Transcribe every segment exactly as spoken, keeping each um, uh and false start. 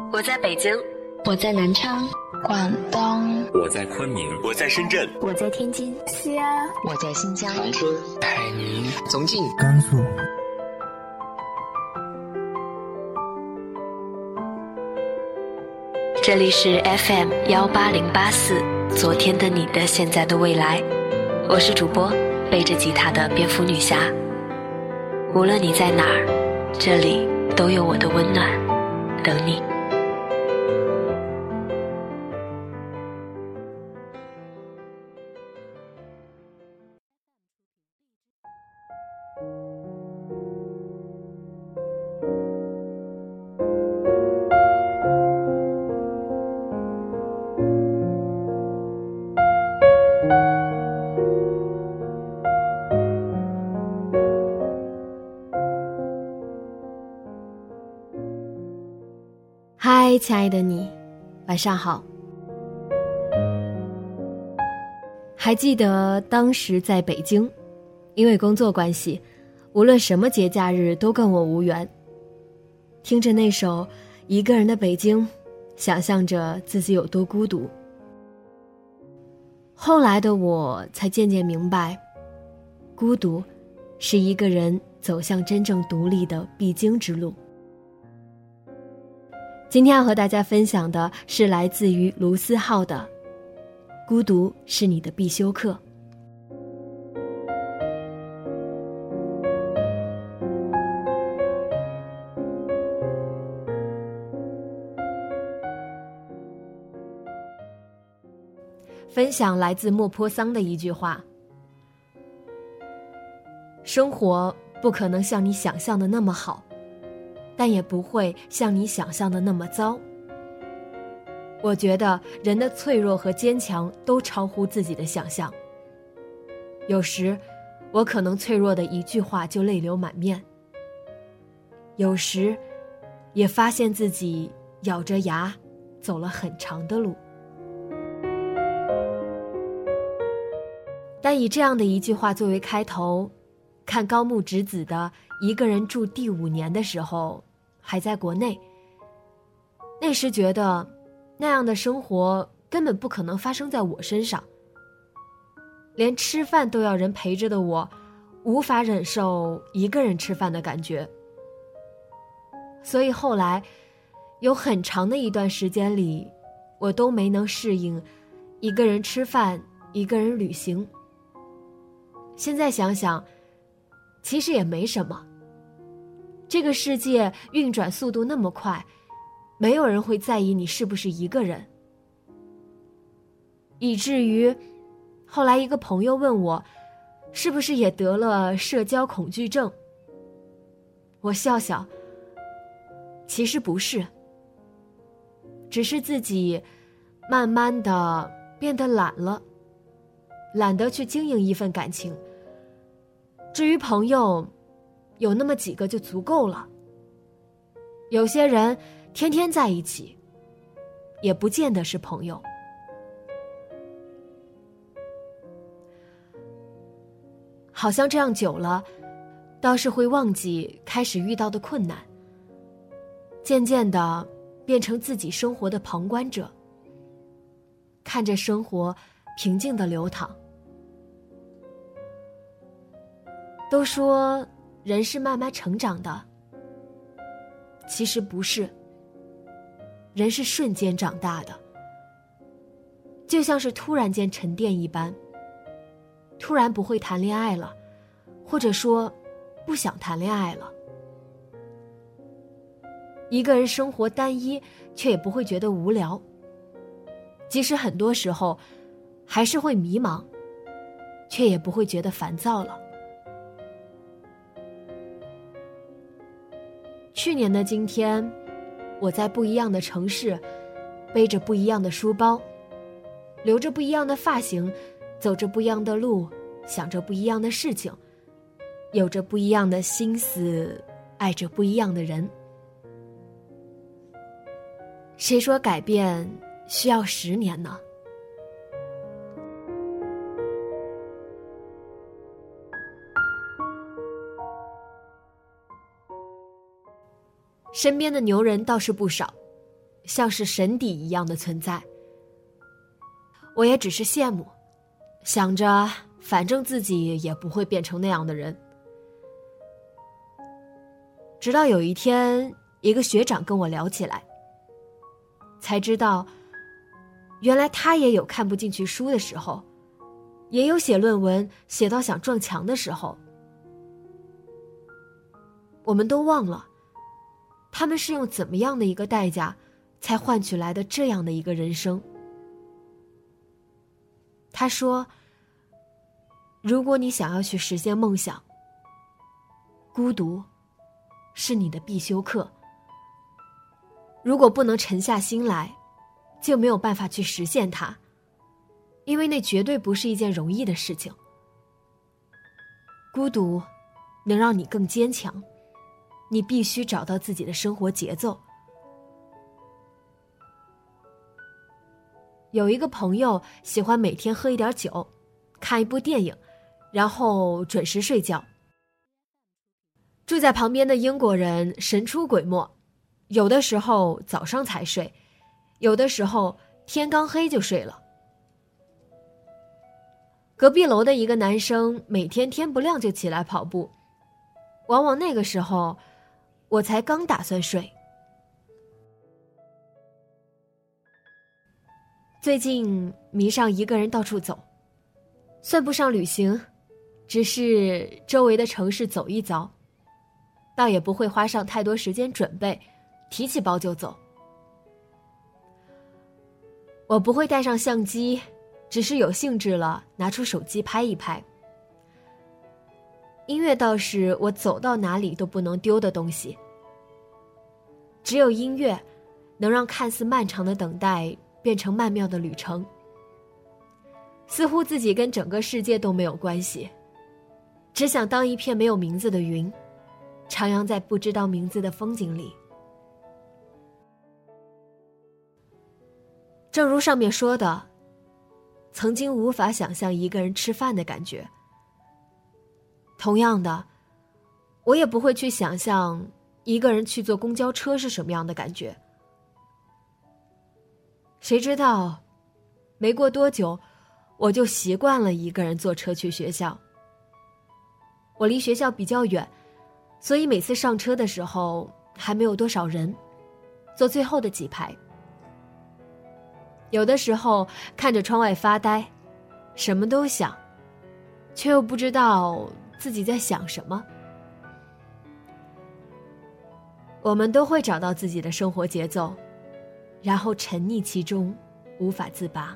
我在北京， 我在南昌， 广东， 我在昆明， 我在深圳， 我在天津， 西安， 我在新疆， 长春， 海宁，重庆， 甘肃。 这里是 F M 幺八零八四，昨天的你的现在的未来，我是主播背着吉他的蝙蝠女侠。无论你在哪儿，这里都有我的温暖等你。 嗨，亲爱的你，晚上好。还记得当时在北京，因为工作关系，无论什么节假日都跟我无缘。听着那首《一个人的北京》，想象着自己有多孤独。后来的我才渐渐明白，孤独是一个人走向真正独立的必经之路。今天要和大家分享的是来自于卢思浩的《孤独是你的必修课》。分享来自莫泊桑的一句话：生活不可能像你想象的那么好，但也不会像你想象的那么糟。我觉得人的脆弱和坚强都超乎自己的想象。有时我可能脆弱的一句话就泪流满面，有时也发现自己咬着牙走了很长的路。但以这样的一句话作为开头，看高木直子的《一个人住第五年》的时候，还在国内，那时觉得那样的生活根本不可能发生在我身上。连吃饭都要人陪着的我，无法忍受一个人吃饭的感觉。所以后来有很长的一段时间里，我都没能适应一个人吃饭，一个人旅行。现在想想，其实也没什么。这个世界运转速度那么快，没有人会在意你是不是一个人。以至于后来一个朋友问我，是不是也得了社交恐惧症？我笑笑，其实不是，只是自己慢慢的变得懒了，懒得去经营一份感情。至于朋友，有那么几个就足够了。有些人天天在一起，也不见得是朋友。好像这样久了，倒是会忘记开始遇到的困难，渐渐的变成自己生活的旁观者，看着生活平静的流淌。都说人是慢慢成长的，其实不是，人是瞬间长大的，就像是突然间沉淀一般，突然不会谈恋爱了，或者说不想谈恋爱了。一个人生活单一，却也不会觉得无聊，即使很多时候还是会迷茫，却也不会觉得烦躁了。去年的今天，我在不一样的城市，背着不一样的书包，留着不一样的发型，走着不一样的路，想着不一样的事情，有着不一样的心思，爱着不一样的人。谁说改变需要十年呢？身边的牛人倒是不少， 像是神邸一样的存在。我也只是羡慕，想着反正自己也不会变成那样的人。直到有一天，一个学长跟我聊起来，才知道原来他也有看不进去书的时候，也有写论文写到想撞墙的时候。我们都忘了他们是用怎么样的一个代价才换取来的这样的一个人生。他说，如果你想要去实现梦想，孤独是你的必修课。如果不能沉下心来，就没有办法去实现它，因为那绝对不是一件容易的事情。孤独能让你更坚强，你必须找到自己的生活节奏。有一个朋友喜欢每天喝一点酒，看一部电影，然后准时睡觉。住在旁边的英国人神出鬼没，有的时候早上才睡，有的时候天刚黑就睡了。隔壁楼的一个男生每天天不亮就起来跑步，往往那个时候我才刚打算睡。最近迷上一个人到处走，算不上旅行，只是周围的城市走一遭，倒也不会花上太多时间准备，提起包就走。我不会带上相机，只是有兴致了拿出手机拍一拍。音乐倒是我走到哪里都不能丢的东西，只有音乐能让看似漫长的等待变成曼妙的旅程。似乎自己跟整个世界都没有关系，只想当一片没有名字的云，徜徉在不知道名字的风景里。正如上面说的，曾经无法想象一个人吃饭的感觉。同样的，我也不会去想象一个人去坐公交车是什么样的感觉。谁知道，没过多久，我就习惯了一个人坐车去学校。我离学校比较远，所以每次上车的时候还没有多少人，坐最后的几排。有的时候看着窗外发呆，什么都想，却又不知道自己在想什么。我们都会找到自己的生活节奏，然后沉溺其中，无法自拔。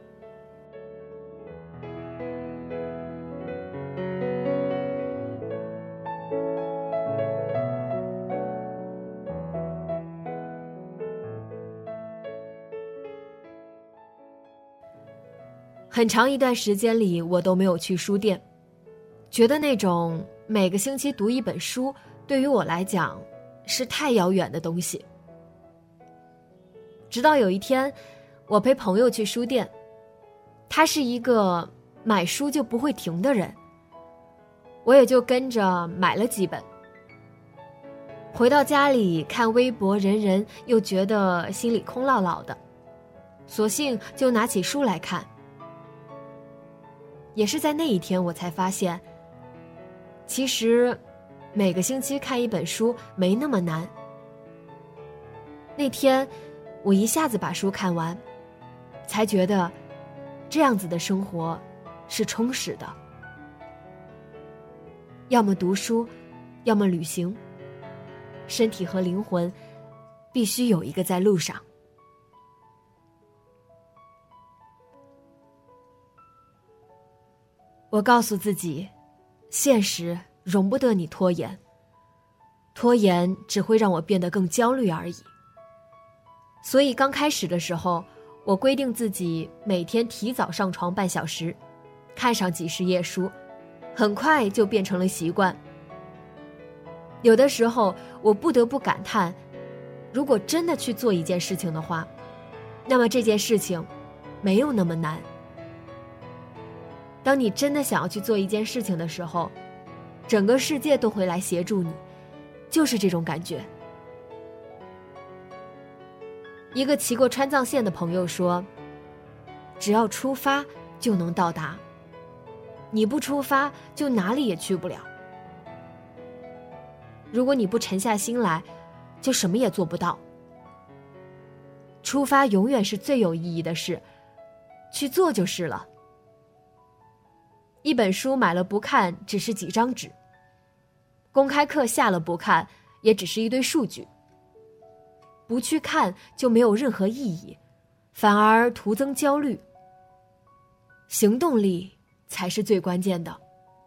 很长一段时间里，我都没有去书店，觉得那种每个星期读一本书，对于我来讲是太遥远的东西。直到有一天，我陪朋友去书店，他是一个买书就不会停的人，我也就跟着买了几本。回到家里看微博人人，又觉得心里空落落的，索性就拿起书来看。也是在那一天，我才发现，其实每个星期看一本书没那么难。那天我一下子把书看完，才觉得这样子的生活是充实的。要么读书，要么旅行，身体和灵魂必须有一个在路上。我告诉自己，现实容不得你拖延，拖延只会让我变得更焦虑而已。所以刚开始的时候，我规定自己每天提早上床半小时，看上几十页书，很快就变成了习惯。有的时候我不得不感叹，如果真的去做一件事情的话，那么这件事情没有那么难。当你真的想要去做一件事情的时候，整个世界都会来协助你，就是这种感觉。 一个骑过川藏线的朋友说，只要出发就能到达，你不出发就哪里也去不了。如果你不沉下心来，就什么也做不到。出发永远是最有意义的事，去做就是了。一本书买了不看，只是几张纸；公开课下了不看，也只是一堆数据。不去看就没有任何意义，反而徒增焦虑。行动力才是最关键的。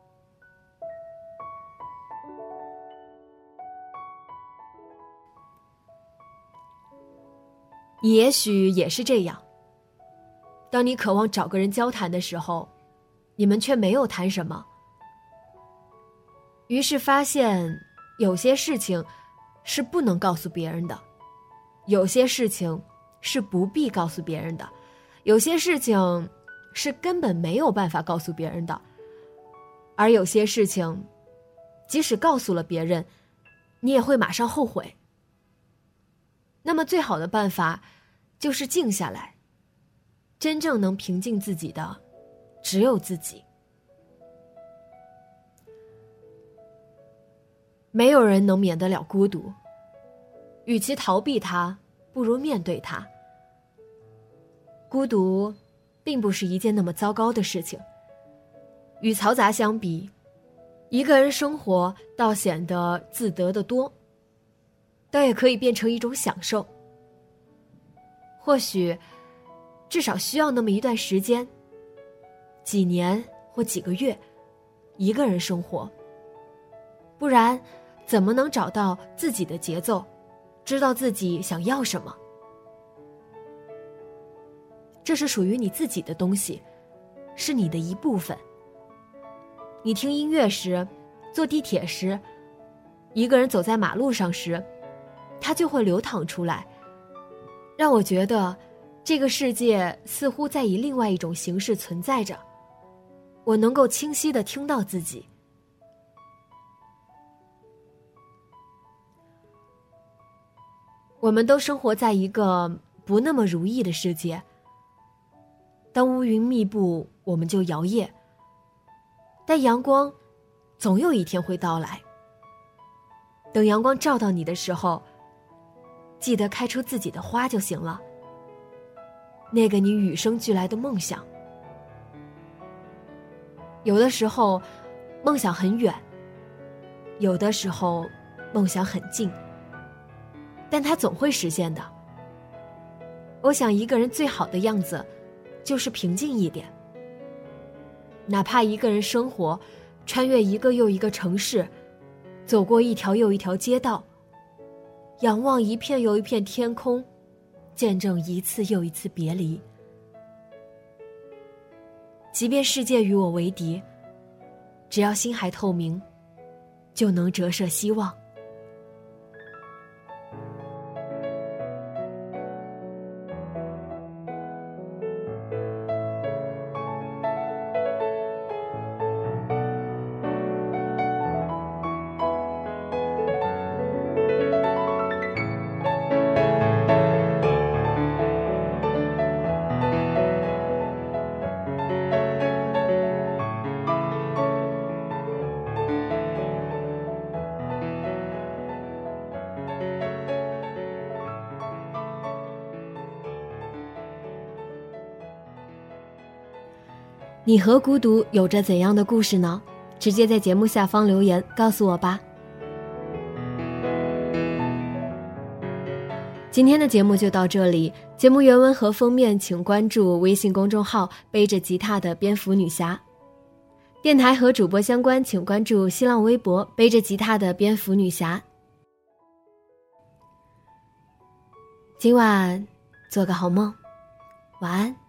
你也许也是这样，当你渴望找个人交谈的时候，你们却没有谈什么，于是发现有些事情是不能告诉别人的，有些事情是不必告诉别人的，有些事情是根本没有办法告诉别人的，而有些事情即使告诉了别人，你也会马上后悔。那么最好的办法就是静下来，真正能平静自己的只有自己。没有人能免得了孤独，与其逃避它，不如面对它。孤独并不是一件那么糟糕的事情，与嘈杂相比，一个人生活倒显得自得得多，倒也可以变成一种享受。或许至少需要那么一段时间，几年或几个月，一个人生活，不然怎么能找到自己的节奏，知道自己想要什么？这是属于你自己的东西，是你的一部分。你听音乐时，坐地铁时，一个人走在马路上时，它就会流淌出来，让我觉得这个世界似乎在以另外一种形式存在着，我能够清晰地听到自己。我们都生活在一个不那么如意的世界，当乌云密布，我们就摇曳，但阳光总有一天会到来。等阳光照到你的时候，记得开出自己的花就行了，那个你与生俱来的梦想。有的时候梦想很远，有的时候梦想很近，但它总会实现的。我想一个人最好的样子就是平静一点，哪怕一个人生活，穿越一个又一个城市，走过一条又一条街道，仰望一片又一片天空，见证一次又一次别离。即便世界与我为敌，只要心还透明，就能折射希望。你和孤独有着怎样的故事呢？直接在节目下方留言告诉我吧。今天的节目就到这里，节目原文和封面请关注微信公众号背着吉他的蝙蝠女侠，电台和主播相关请关注新浪微博背着吉他的蝙蝠女侠。今晚做个好梦，晚安。